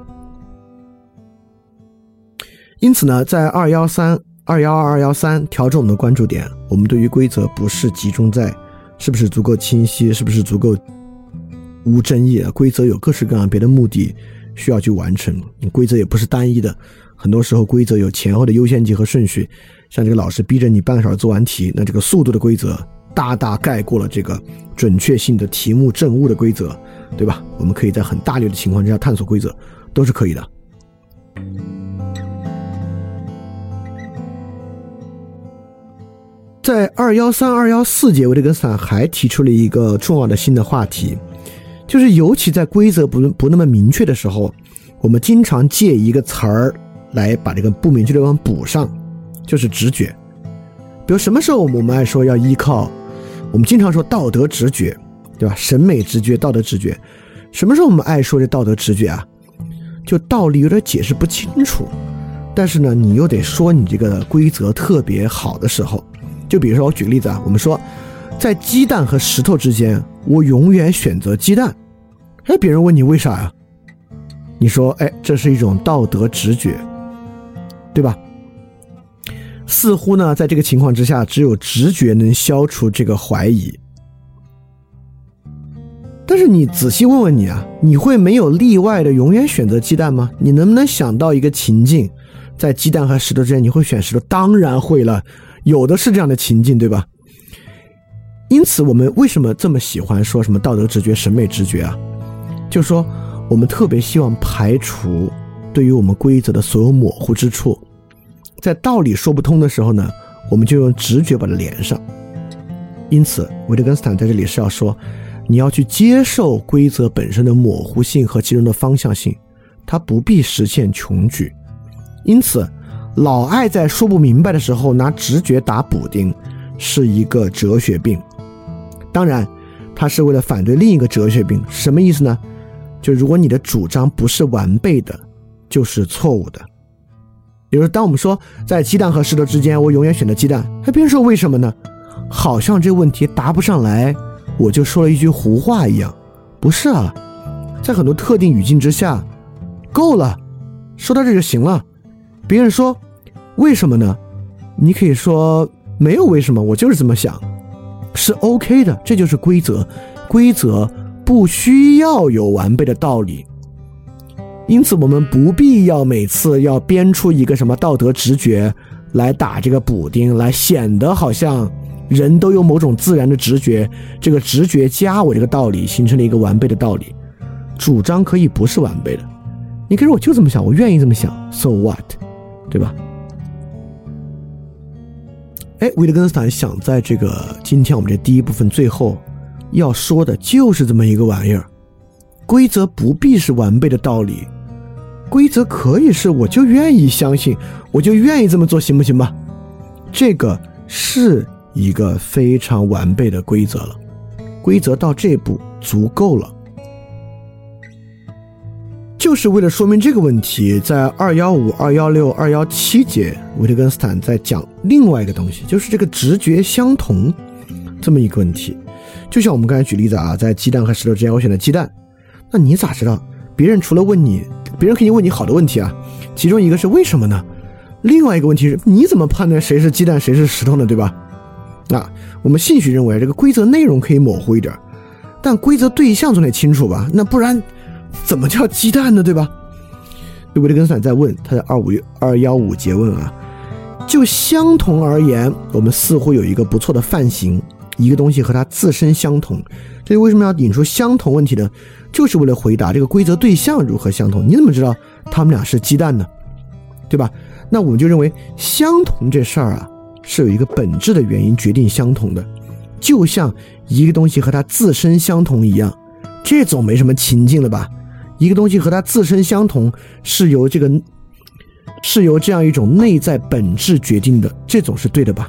因此呢，在二一三 二一二二一三调整我们的关注点，我们对于规则不是集中在是不是足够清晰，是不是足够无争议，规则有各式各样别的目的需要去完成，规则也不是单一的，很多时候规则有前后的优先级和顺序。像这个老师逼着你半个小时做完题，那这个速度的规则大大盖过了这个准确性的题目正误的规则，对吧？我们可以在很大略的情况之下探索规则，都是可以的。在二一三 二一四节，维特根斯坦还提出了一个重要的新的话题，就是尤其在规则不不那么明确的时候，我们经常借一个词儿来把这个不明确的地方补上，就是直觉。比如什么时候我们爱说要依靠，我们经常说道德直觉，对吧？审美直觉、道德直觉。什么时候我们爱说这道德直觉啊？就道理有点解释不清楚，但是呢，你又得说你这个规则特别好的时候。就比如说我举个例子啊，我们说在鸡蛋和石头之间，我永远选择鸡蛋。哎，别人问你为啥呀？你说，哎，这是一种道德直觉，对吧？似乎呢，在这个情况之下，只有直觉能消除这个怀疑。但是你仔细问问你啊，你会没有例外的永远选择鸡蛋吗？你能不能想到一个情境，在鸡蛋和石头之间，你会选石头？当然会了，有的是这样的情境，对吧？因此我们为什么这么喜欢说什么道德直觉、审美直觉啊？就是说我们特别希望排除对于我们规则的所有模糊之处，在道理说不通的时候呢，我们就用直觉把它连上。因此维特根斯坦在这里是要说，你要去接受规则本身的模糊性和其中的方向性，它不必实现穷举。因此老爱在说不明白的时候拿直觉打补丁，是一个哲学病。当然他是为了反对另一个哲学病，什么意思呢？就如果你的主张不是完备的，就是错误的。比如当我们说在鸡蛋和石头之间，我永远选择鸡蛋，还别人说为什么呢？好像这个问题答不上来，我就说了一句胡话一样。不是啊，在很多特定语境之下，够了，说到这就行了。别人说为什么呢？你可以说没有为什么，我就是这么想，是 OK 的，这就是规则。规则不需要有完备的道理，因此我们不必要每次要编出一个什么道德直觉来打这个补丁，来显得好像人都有某种自然的直觉，这个直觉加我这个道理形成了一个完备的道理。主张可以不是完备的，你可以说我就这么想，我愿意这么想 ，so what， 对吧？哎，维特根斯坦想在这个今天我们这第一部分最后要说的就是这么一个玩意儿。规则不必是完备的道理，规则可以是我就愿意相信，我就愿意这么做，行不行吧？这个是一个非常完备的规则了，规则到这步足够了。就是为了说明这个问题，在二一五、二一六、二一七节，维特根斯坦在讲另外一个东西，就是这个直觉相同这么一个问题。就像我们刚才举例子啊，在鸡蛋和石头之间我选了鸡蛋，那你咋知道？别人除了问你，别人可以问你好的问题啊，其中一个是为什么呢？另外一个问题是你怎么判断谁是鸡蛋谁是石头呢，对吧？那我们兴许认为这个规则内容可以模糊一点，但规则对象总得清楚吧，那不然怎么叫鸡蛋呢，对吧？维特根斯坦在问，他在二一五节问啊，就相同而言，我们似乎有一个不错的范型，一个东西和它自身相同。这为什么要引出相同问题呢？就是为了回答这个规则对象如何相同。你怎么知道他们俩是鸡蛋呢？对吧？那我们就认为相同这事儿啊，是有一个本质的原因决定相同的，就像一个东西和它自身相同一样，这总没什么情境了吧？一个东西和它自身相同是由这个是由这样一种内在本质决定的，这总是对的吧？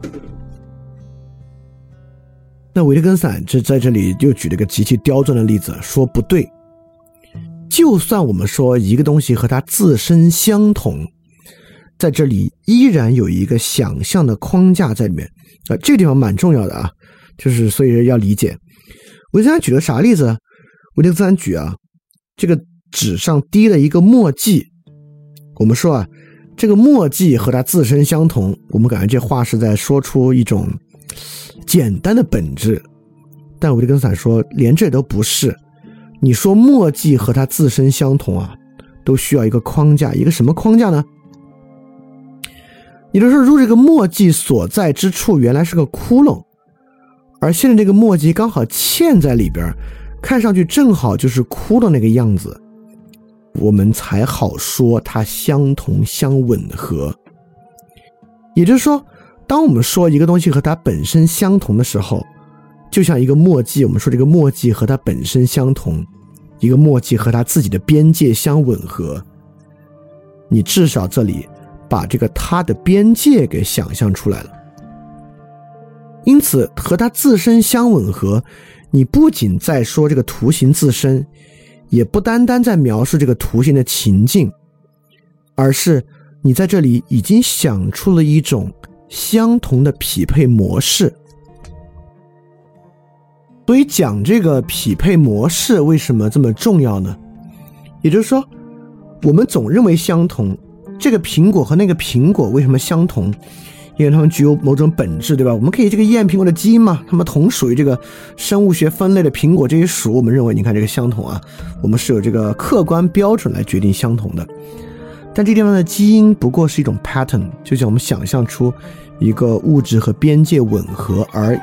那维特根斯坦这在这里又举了个极其刁钻的例子，说不对。就算我们说一个东西和它自身相同，在这里依然有一个想象的框架在里面啊，这个地方蛮重要的啊，就是所以要理解。维特根斯坦举了啥例子？维特根斯坦举啊，这个纸上滴了一个墨迹，我们说啊，这个墨迹和它自身相同，我们感觉这话是在说出一种简单的本质，但维特根斯坦说连这都不是。你说墨迹和它自身相同啊，都需要一个框架，一个什么框架呢？也就是说，如果这个墨迹所在之处原来是个窟窿，而现在这个墨迹刚好嵌在里边，看上去正好就是窟窿那个样子，我们才好说它相同相吻合。也就是说，当我们说一个东西和它本身相同的时候，就像一个墨迹，我们说这个墨迹和它本身相同，一个墨迹和它自己的边界相吻合，你至少这里把这个它的边界给想象出来了。因此和它自身相吻合，你不仅在说这个图形自身，也不单单在描述这个图形的情境，而是你在这里已经想出了一种相同的匹配模式。所以讲这个匹配模式为什么这么重要呢？也就是说，我们总认为相同，这个苹果和那个苹果为什么相同？因为它们具有某种本质，对吧？我们可以这个验苹果的基因嘛，它们同属于这个生物学分类的苹果这一属，我们认为你看这个相同啊，我们是有这个客观标准来决定相同的。但这地方的基因不过是一种 pattern， 就像我们想象出一个物质和边界吻合而已。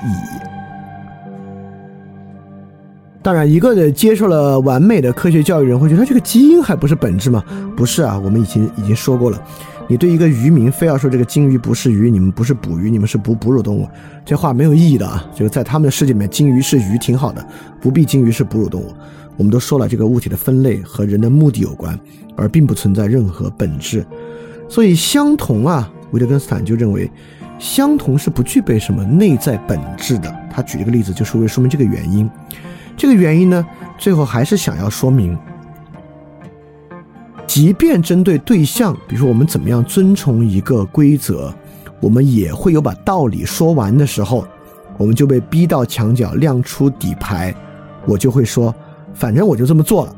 当然，一个的接受了完美的科学教育人会觉得这个基因还不是本质吗？不是啊，我们已经已经说过了。你对一个渔民非要说这个鲸鱼不是鱼，你们不是捕鱼，你们是捕哺乳动物，这话没有意义的啊。这个在他们的世界里面，鲸鱼是鱼挺好的，不必鲸鱼是哺乳动物。我们都说了，这个物体的分类和人的目的有关，而并不存在任何本质。所以相同啊，维特根斯坦就认为相同是不具备什么内在本质的。他举一个例子，就是为了说明这个原因。这个原因呢，最后还是想要说明，即便针对对象，比如说我们怎么样遵从一个规则，我们也会有把道理说完的时候，我们就被逼到墙角，亮出底牌，我就会说反正我就这么做了。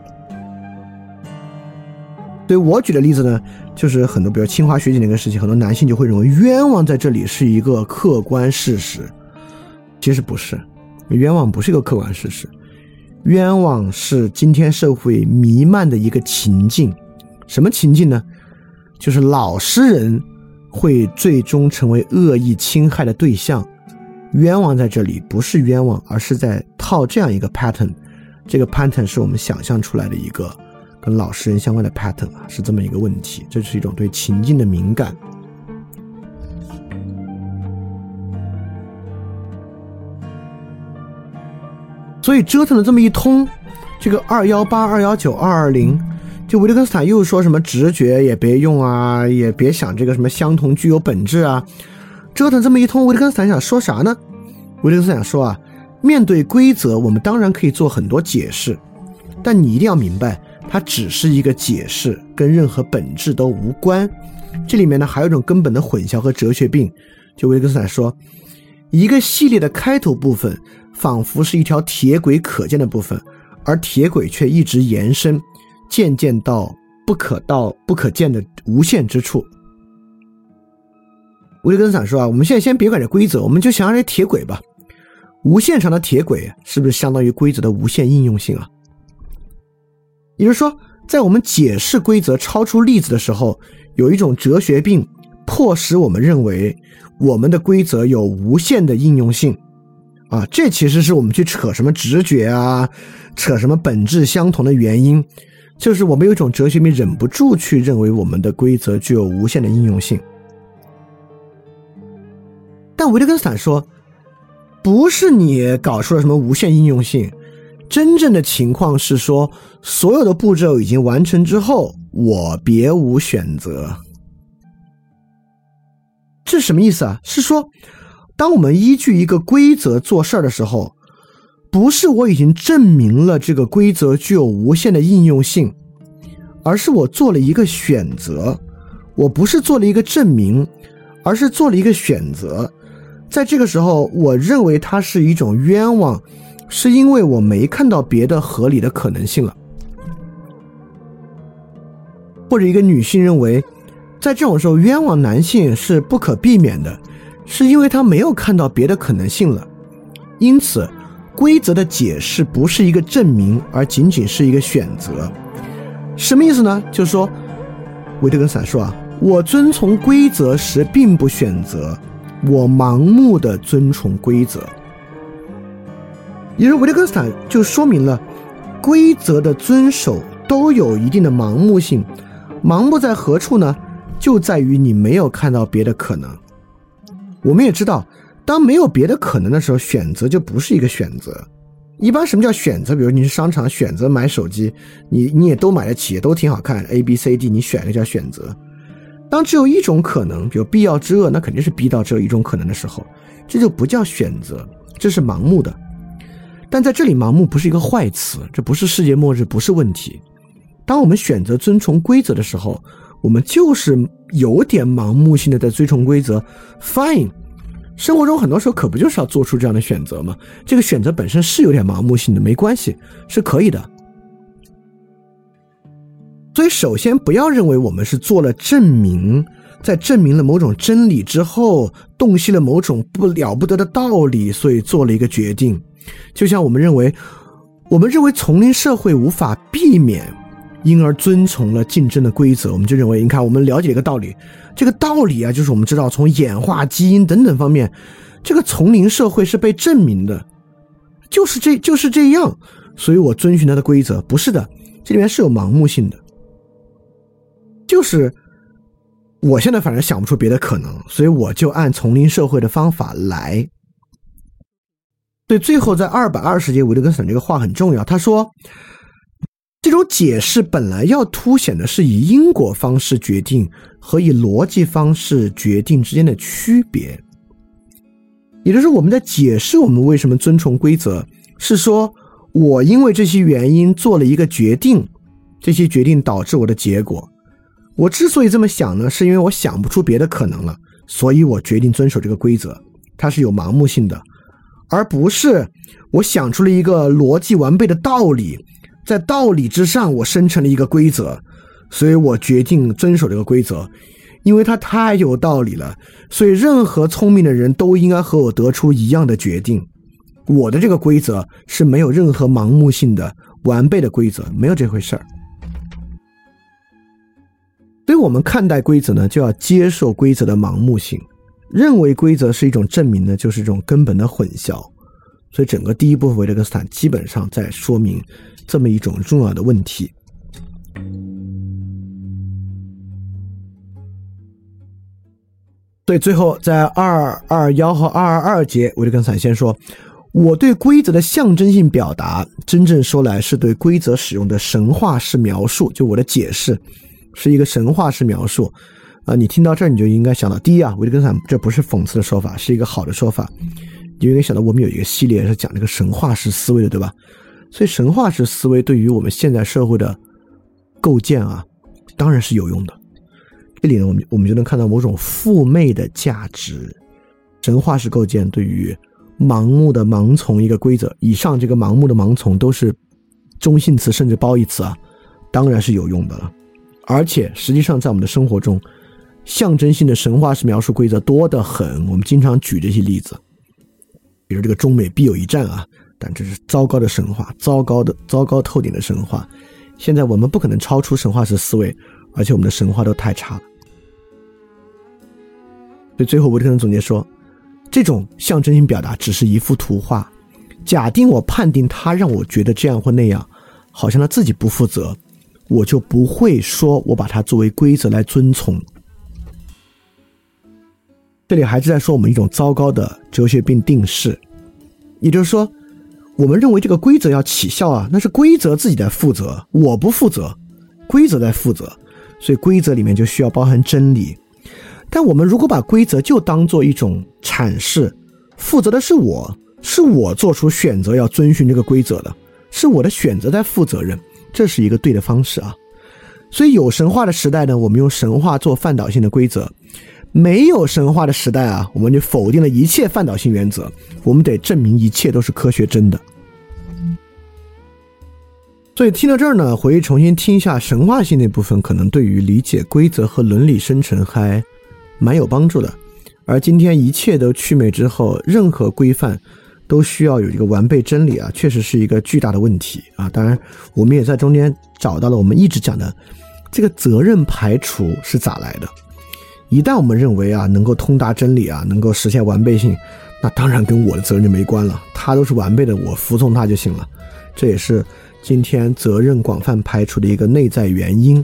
对，我举的例子呢，就是很多比如清华学姐那个事情，很多男性就会认为冤枉在这里是一个客观事实，其实不是，冤枉不是一个客观事实，冤枉是今天社会弥漫的一个情境。什么情境呢？就是老实人会最终成为恶意侵害的对象。冤枉在这里不是冤枉，而是在套这样一个 pattern， 这个 pattern 是我们想象出来的一个跟老实人相关的 pattern 啊，是这么一个问题。这是一种对情境的敏感。 所以折腾了这么一通，这个二一八、二一九、二二零，就维特根斯坦又说什么直觉也别用啊，也别想这个什么相同具有本质啊，折腾这么一通，维特根斯坦想说啥呢？维特根斯坦说啊，面对规则我们当然可以做很多解释，但你一定要明白它只是一个解释，跟任何本质都无关。这里面呢还有一种根本的混淆和哲学病，就维特根斯坦说，一个系列的开头部分仿佛是一条铁轨可见的部分，而铁轨却一直延伸，渐渐到不可到不可见的无限之处。维特根斯坦说啊，我们现在先别管这规则，我们就想想这铁轨吧。无限长的铁轨是不是相当于规则的无限应用性啊？也就是说，在我们解释规则超出例子的时候，有一种哲学病迫使我们认为我们的规则有无限的应用性啊，这其实是我们去扯什么直觉啊，扯什么本质相同的原因，就是我们有一种哲学病忍不住去认为我们的规则具有无限的应用性。但维特根斯坦说，不是你搞出了什么无限应用性，真正的情况是说，所有的步骤已经完成之后，我别无选择。这是什么意思啊？是说，当我们依据一个规则做事的时候，不是我已经证明了这个规则具有无限的应用性，而是我做了一个选择。我不是做了一个证明，而是做了一个选择。在这个时候，我认为它是一种冤枉，是因为我没看到别的合理的可能性了。或者一个女性认为，在这种时候冤枉男性是不可避免的，是因为他没有看到别的可能性了。因此，规则的解释不是一个证明，而仅仅是一个选择。什么意思呢？就是说，维特根斯坦说啊，我遵从规则时并不选择，我盲目的遵从规则。也就是维特根斯坦就说明了规则的遵守都有一定的盲目性，盲目在何处呢？就在于你没有看到别的可能。我们也知道，当没有别的可能的时候，选择就不是一个选择。一般什么叫选择？比如你去商场选择买手机，你你也都买得起，也都挺好看 A B C D， 你选一个叫选择。当只有一种可能，比如必要之恶，那肯定是逼到只有一种可能的时候，这就不叫选择，这是盲目的。但在这里，盲目不是一个坏词，这不是世界末日，不是问题。当我们选择遵从规则的时候，我们就是有点盲目性的在追从规则 fine。 生活中很多时候可不就是要做出这样的选择吗？这个选择本身是有点盲目性的，没关系，是可以的。所以首先不要认为我们是做了证明，在证明了某种真理之后，洞悉了某种不了不得的道理，所以做了一个决定。就像我们认为我们认为丛林社会无法避免，因而遵从了竞争的规则，我们就认为，你看我们了解一个道理，这个道理啊，就是我们知道从演化基因等等方面，这个丛林社会是被证明的，就是这就是这样，所以我遵循它的规则。不是的，这里面是有盲目性的，就是我现在反正想不出别的可能，所以我就按丛林社会的方法来。对，最后在二百二十节维特根斯坦这个话很重要，他说这种解释本来要凸显的是以因果方式决定和以逻辑方式决定之间的区别。也就是我们在解释我们为什么遵从规则，是说我因为这些原因做了一个决定，这些决定导致我的结果。我之所以这么想呢，是因为我想不出别的可能了，所以我决定遵守这个规则。它是有盲目性的，而不是我想出了一个逻辑完备的道理，在道理之上我生成了一个规则，所以我决定遵守这个规则。因为它太有道理了，所以任何聪明的人都应该和我得出一样的决定。我的这个规则是没有任何盲目性的完备的规则，没有这回事儿。所以我们看待规则呢，就要接受规则的盲目性，认为规则是一种证明呢，就是一种根本的混淆。所以整个第一部分维特根斯坦基本上在说明这么一种重要的问题。所以最后在二二一和二二二节，维特根斯坦先说， 我对规则的象征性表达，真正说来是对规则使用的神话式描述，就我的解释是一个神话式描述。啊、呃，你听到这儿你就应该想到，第一啊，维特根斯坦这不是讽刺的说法，是一个好的说法。你就应该想到我们有一个系列是讲这个神话式思维的，对吧？所以神话式思维对于我们现在社会的构建啊，当然是有用的。这里呢，我们我们就能看到某种父媚的价值。神话式构建对于盲目的盲从一个规则，以上这个盲目的盲从都是中性词甚至褒义词啊，当然是有用的了。而且实际上在我们的生活中，象征性的神话式描述规则多得很，我们经常举这些例子，比如这个中美必有一战啊，但这是糟糕的神话，糟糕的糟糕透顶的神话。现在我们不可能超出神话式思维，而且我们的神话都太差了。所以最后维特根总结说，这种象征性表达只是一幅图画，假定我判定他让我觉得这样或那样，好像他自己不负责，我就不会说我把它作为规则来遵从。这里还是在说我们一种糟糕的哲学病定式，也就是说我们认为这个规则要起效啊，那是规则自己在负责，我不负责，规则在负责，所以规则里面就需要包含真理。但我们如果把规则就当做一种阐释，负责的是我，是我做出选择要遵循这个规则的，是我的选择在负责任，这是一个对的方式啊。所以有神话的时代呢，我们用神话做范导性的规则；没有神话的时代啊，我们就否定了一切范导性原则，我们得证明一切都是科学真的。所以听到这儿呢，回去重新听一下神话性那部分，可能对于理解规则和伦理生成还蛮有帮助的。而今天一切都祛魅之后，任何规范都需要有一个完备真理啊，确实是一个巨大的问题啊。当然我们也在中间找到了我们一直讲的这个责任排除是咋来的。一旦我们认为啊能够通达真理啊，能够实现完备性，那当然跟我的责任就没关了，它都是完备的，我服从它就行了。这也是今天责任广泛排除的一个内在原因。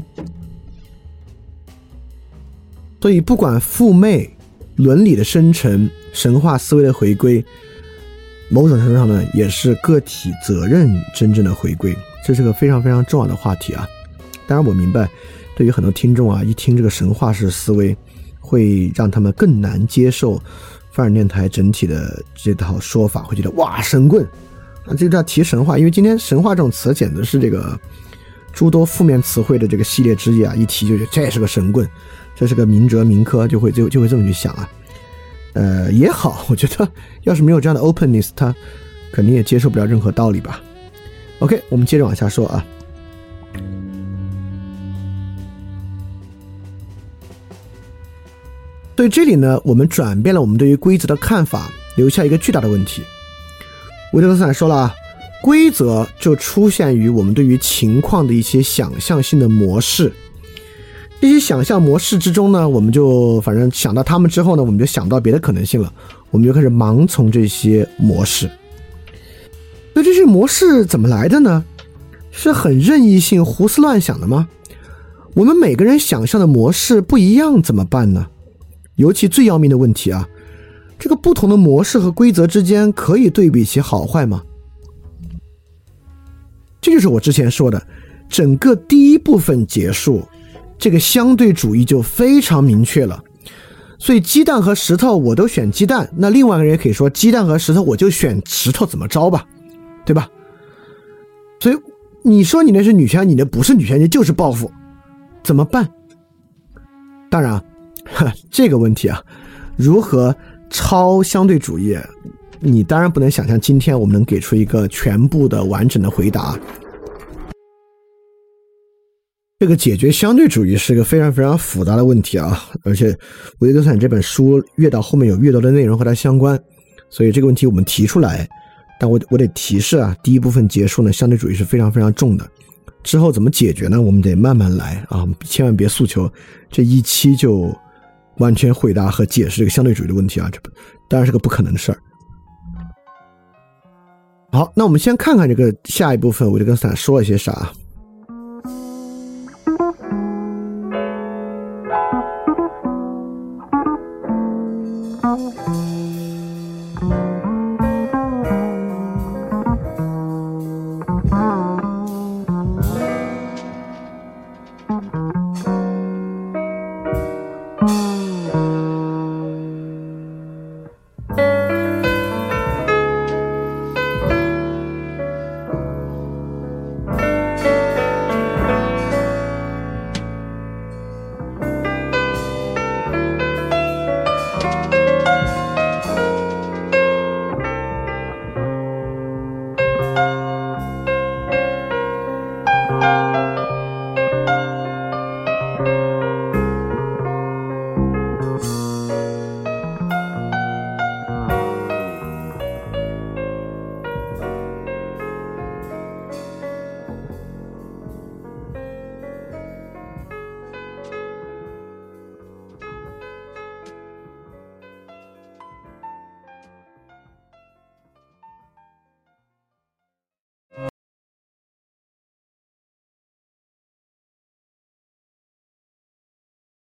所以不管父媚、伦理的生成、神话思维的回归，某种程度上呢也是个体责任真正的回归，这是个非常非常重要的话题啊。当然我明白对于很多听众啊，一听这个神话式思维会让他们更难接受范尔电台整体的这套说法，会觉得哇神棍啊，这个叫提神话，因为今天神话这种词简直是这个诸多负面词汇的这个系列之一啊，一提就觉得这是个神棍，这是个明哲明科，就会就就会这么去想啊。呃，也好，我觉得要是没有这样的 openness， 他肯定也接受不了任何道理吧。OK， 我们接着往下说啊。所以这里呢，我们转变了我们对于规则的看法，留下一个巨大的问题。维特根斯坦说了啊，规则就出现于我们对于情况的一些想象性的模式。这些想象模式之中呢，我们就反正想到他们之后呢，我们就想不到别的可能性了，我们就开始盲从这些模式。所以这些模式怎么来的呢？是很任意性胡思乱想的吗？我们每个人想象的模式不一样怎么办呢？尤其最要命的问题啊，这个不同的模式和规则之间可以对比其好坏吗？这就是我之前说的，整个第一部分结束，这个相对主义就非常明确了。所以鸡蛋和石头我都选鸡蛋，那另外一个人也可以说鸡蛋和石头我就选石头，怎么着吧，对吧？所以你说你那是女权，你那不是女权，你就是报复，怎么办？当然这个问题啊，如何超相对主义，你当然不能想象今天我们能给出一个全部的完整的回答。这个解决相对主义是一个非常非常复杂的问题啊，而且维特根斯坦这本书越到后面有越多的内容和它相关，所以这个问题我们提出来，但我我得提示啊，第一部分结束呢，相对主义是非常非常重的，之后怎么解决呢？我们得慢慢来啊，千万别诉求这一期就完全回答和解释这个相对主义的问题啊，这当然是个不可能的事儿。好，那我们先看看这个下一部分维特根斯坦说了些啥。